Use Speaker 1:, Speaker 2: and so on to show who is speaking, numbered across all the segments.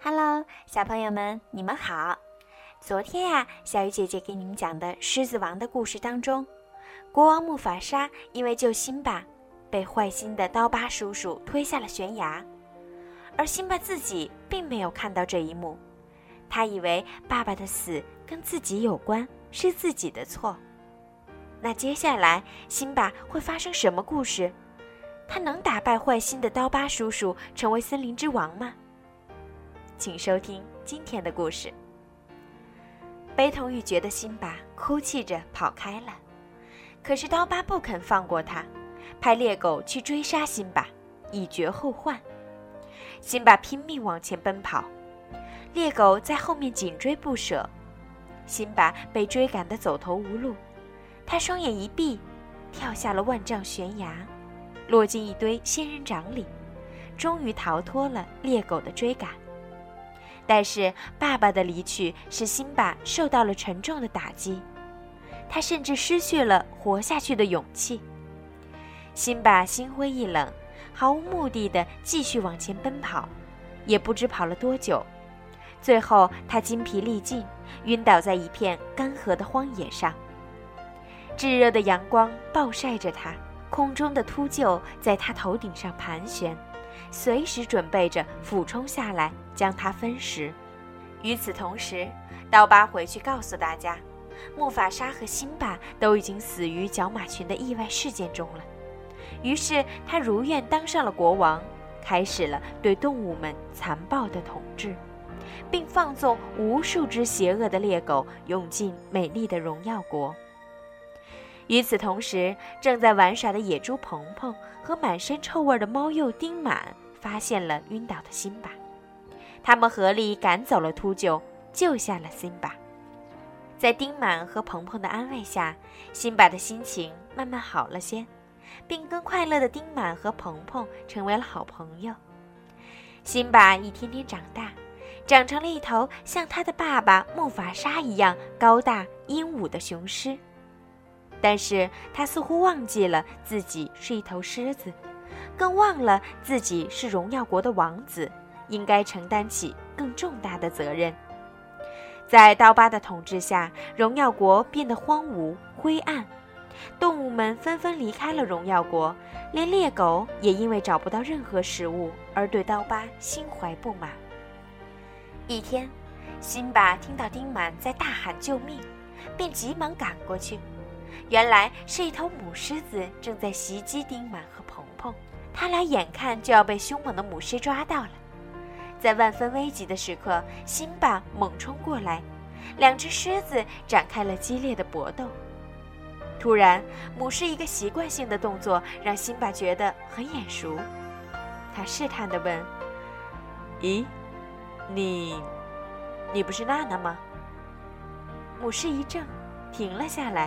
Speaker 1: Hello， 小朋友们，你们好。昨天呀，小鱼姐姐给你们讲的《狮子王》的故事当中，国王木法沙因为救辛巴，被坏心的刀疤叔叔推下了悬崖，而辛巴自己并没有看到这一幕，他以为爸爸的死跟自己有关，是自己的错。那接下来辛巴会发生什么故事？他能打败坏心的刀疤叔叔，成为森林之王吗？请收听今天的故事。悲痛欲绝的辛巴哭泣着跑开了，可是刀疤不肯放过他，派猎狗去追杀辛巴，以绝后患。辛巴拼命往前奔跑，猎狗在后面紧追不舍。辛巴被追赶得走投无路，他双眼一闭，跳下了万丈悬崖，落进一堆仙人掌里，终于逃脱了猎狗的追赶。但是爸爸的离去使辛巴受到了沉重的打击，他甚至失去了活下去的勇气。辛巴心灰意冷，毫无目的地继续往前奔跑，也不知跑了多久，最后他筋疲力尽，晕倒在一片干涸的荒野上。炙热的阳光暴晒着他，空中的秃鹫在他头顶上盘旋，随时准备着俯冲下来将他分食。与此同时，刀疤回去告诉大家，木法沙和辛巴都已经死于角马群的意外事件中了。于是他如愿当上了国王，开始了对动物们残暴的统治，并放纵无数只邪恶的猎狗涌进美丽的荣耀国。与此同时，正在玩耍的野猪鹏鹏和满身臭味的猫鼬丁满发现了晕倒的辛巴，他们合力赶走了秃鹫，救下了辛巴。在丁满和鹏鹏的安慰下，辛巴的心情慢慢好了些，并跟快乐的丁满和鹏鹏成为了好朋友。辛巴一天天长大，长成了一头像他的爸爸木法沙一样高大英武的雄狮。但是他似乎忘记了自己是一头狮子，更忘了自己是荣耀国的王子，应该承担起更重大的责任。在刀疤的统治下，荣耀国变得荒芜灰暗，动物们纷纷离开了荣耀国，连猎狗也因为找不到任何食物而对刀疤心怀不满。一天，辛巴听到丁满在大喊救命，便急忙赶过去。原来是一头母狮子正在袭击丁满和鹏鹏，他俩眼看就要被凶猛的母狮抓到了。在万分危急的时刻，辛巴猛冲过来，两只狮子展开了激烈的搏斗。突然，母狮一个习惯性的动作让辛巴觉得很眼熟，他试探地问：咦，你不是娜娜吗？母狮一怔，停了下来。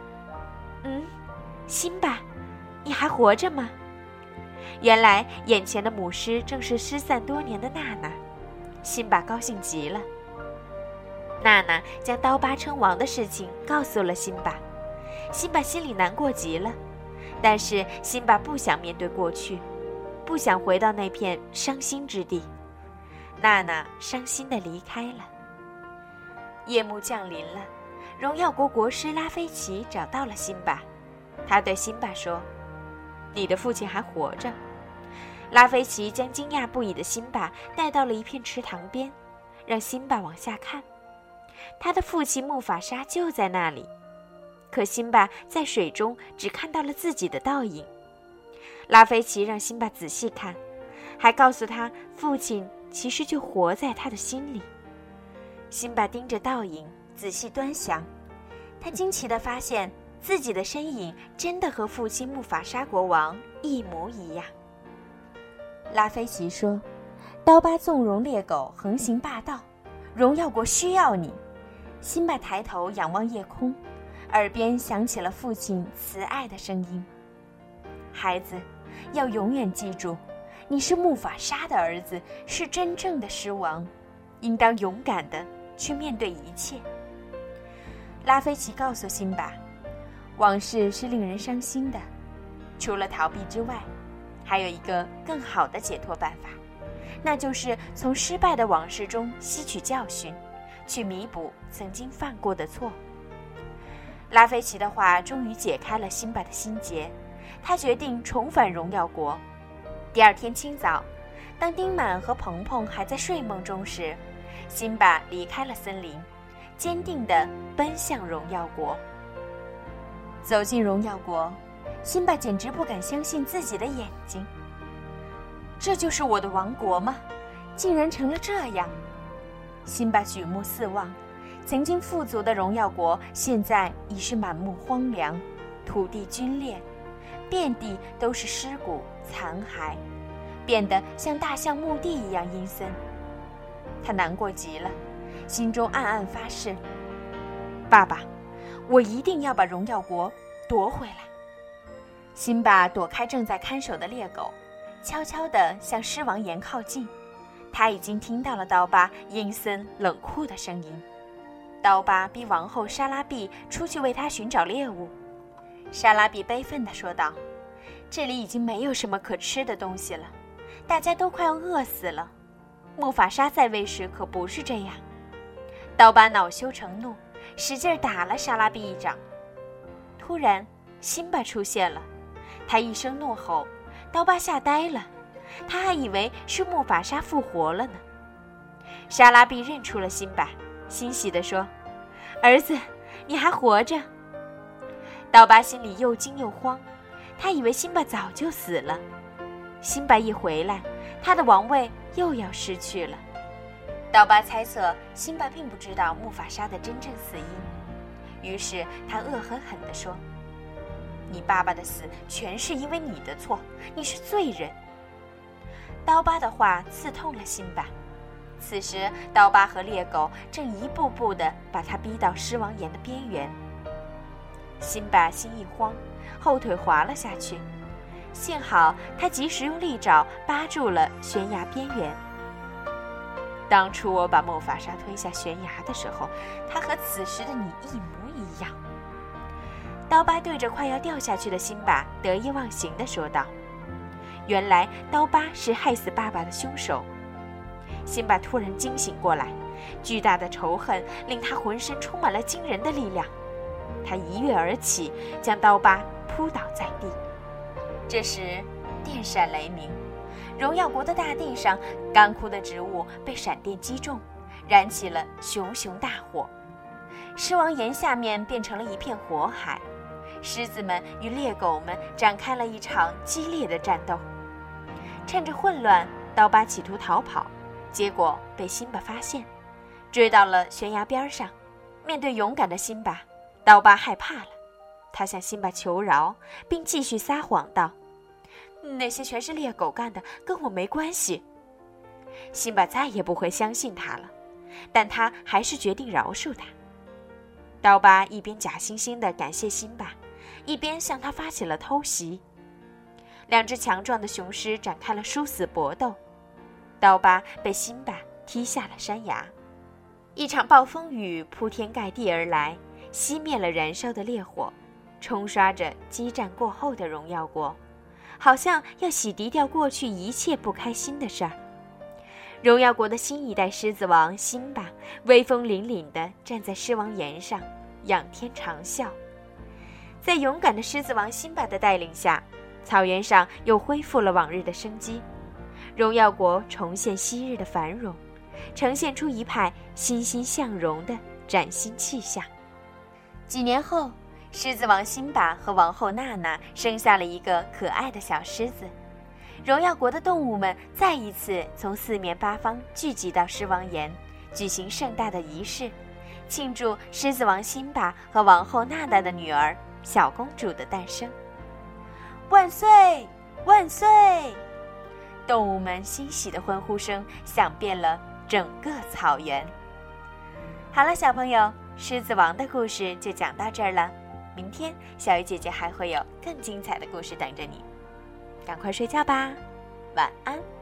Speaker 1: 辛巴，你还活着吗？原来眼前的母狮正是失散多年的娜娜。辛巴高兴极了。娜娜将刀疤称王的事情告诉了辛巴，辛巴心里难过极了，但是辛巴不想面对过去，不想回到那片伤心之地。娜娜伤心地离开了。夜幕降临了，荣耀国国师拉菲奇找到了辛巴，他对辛巴说：你的父亲还活着。拉菲奇将惊讶不已的辛巴带到了一片池塘边，让辛巴往下看。他的父亲木法沙就在那里，可辛巴在水中只看到了自己的倒影。拉菲奇让辛巴仔细看，还告诉他父亲其实就活在他的心里。辛巴盯着倒影仔细端详，他惊奇地发现自己的身影真的和父亲木法沙国王一模一样。拉菲奇说：刀疤纵容猎狗横行霸道，荣耀国需要你。辛巴抬头仰望夜空，耳边响起了父亲慈爱的声音：孩子，要永远记住，你是木法沙的儿子，是真正的狮王，应当勇敢地去面对一切。拉菲奇告诉辛巴，往事是令人伤心的，除了逃避之外，还有一个更好的解脱办法， 那就是从失败的往事中吸取教训，去弥补曾经犯过的错。拉菲奇的话终于解开了辛巴的心结，他决定重返荣耀国。第二天清早，当丁满和鹏鹏还在睡梦中时，辛巴离开了森林，坚定地奔向荣耀国。走进荣耀国，辛巴简直不敢相信自己的眼睛。这就是我的王国吗？竟然成了这样！辛巴举目四望，曾经富足的荣耀国现在已是满目荒凉，土地龟裂，遍地都是尸骨残骸，变得像大象墓地一样阴森。他难过极了，心中暗暗发誓：爸爸，我一定要把荣耀国夺回来。辛巴躲开正在看守的猎狗，悄悄地向狮王岩靠近。他已经听到了刀疤阴森冷酷的声音。刀疤逼王后莎拉碧出去为他寻找猎物。莎拉碧悲愤地说道：这里已经没有什么可吃的东西了，大家都快要饿死了。木法沙在位时可不是这样。刀疤恼羞成怒，使劲打了莎拉碧一掌。突然辛巴出现了，他一声怒吼，刀疤吓呆了，他还以为是木法沙复活了呢。莎拉碧认出了辛巴，欣喜地说：儿子，你还活着。刀疤心里又惊又慌，他以为辛巴早就死了。辛巴一回来，他的王位又要失去了。刀疤猜测辛巴并不知道木法沙的真正死因，于是他恶狠狠地说：你爸爸的死全是因为你的错，你是罪人。刀疤的话刺痛了辛巴。此时刀疤和猎狗正一步步地把他逼到狮王岩的边缘。辛巴心一慌，后腿滑了下去，幸好他及时用利爪扒住了悬崖边缘。当初我把木法沙推下悬崖的时候，他和此时的你一模一样。刀疤对着快要掉下去的辛巴得意忘形地说道：原来刀疤是害死爸爸的凶手。辛巴突然惊醒过来，巨大的仇恨令他浑身充满了惊人的力量。他一跃而起，将刀疤扑倒在地。这时电闪雷鸣，荣耀国的大地上干枯的植物被闪电击中，燃起了熊熊大火。狮王岩下面变成了一片火海，狮子们与猎狗们展开了一场激烈的战斗。趁着混乱，刀疤企图逃跑，结果被辛巴发现，追到了悬崖边上。面对勇敢的辛巴，刀疤害怕了，他向辛巴求饶，并继续撒谎道：那些全是猎狗干的，跟我没关系。辛巴再也不会相信他了，但他还是决定饶恕他。刀疤一边假惺惺地感谢辛巴，一边向他发起了偷袭。两只强壮的雄狮展开了殊死搏斗，刀疤被辛巴踢下了山崖。一场暴风雨铺天盖地而来，熄灭了燃烧的烈火，冲刷着激战过后的荣耀国，好像要洗涤掉过去一切不开心的事儿。荣耀国的新一代狮子王辛巴威风凛凛地站在狮王岩上，仰天长啸。在勇敢的狮子王辛巴的带领下，草原上又恢复了往日的生机，荣耀国重现昔日的繁荣，呈现出一派欣欣向荣的崭新气象。几年后，狮子王辛巴和王后娜娜生下了一个可爱的小狮子。荣耀国的动物们再一次从四面八方聚集到狮王岩，举行盛大的仪式，庆祝狮子王辛巴和王后娜娜的女儿小公主的诞生。万岁！万岁！动物们欣喜的欢呼声响遍了整个草原。好了，小朋友，狮子王的故事就讲到这儿了。明天小鱼姐姐还会有更精彩的故事等着你，赶快睡觉吧，晚安。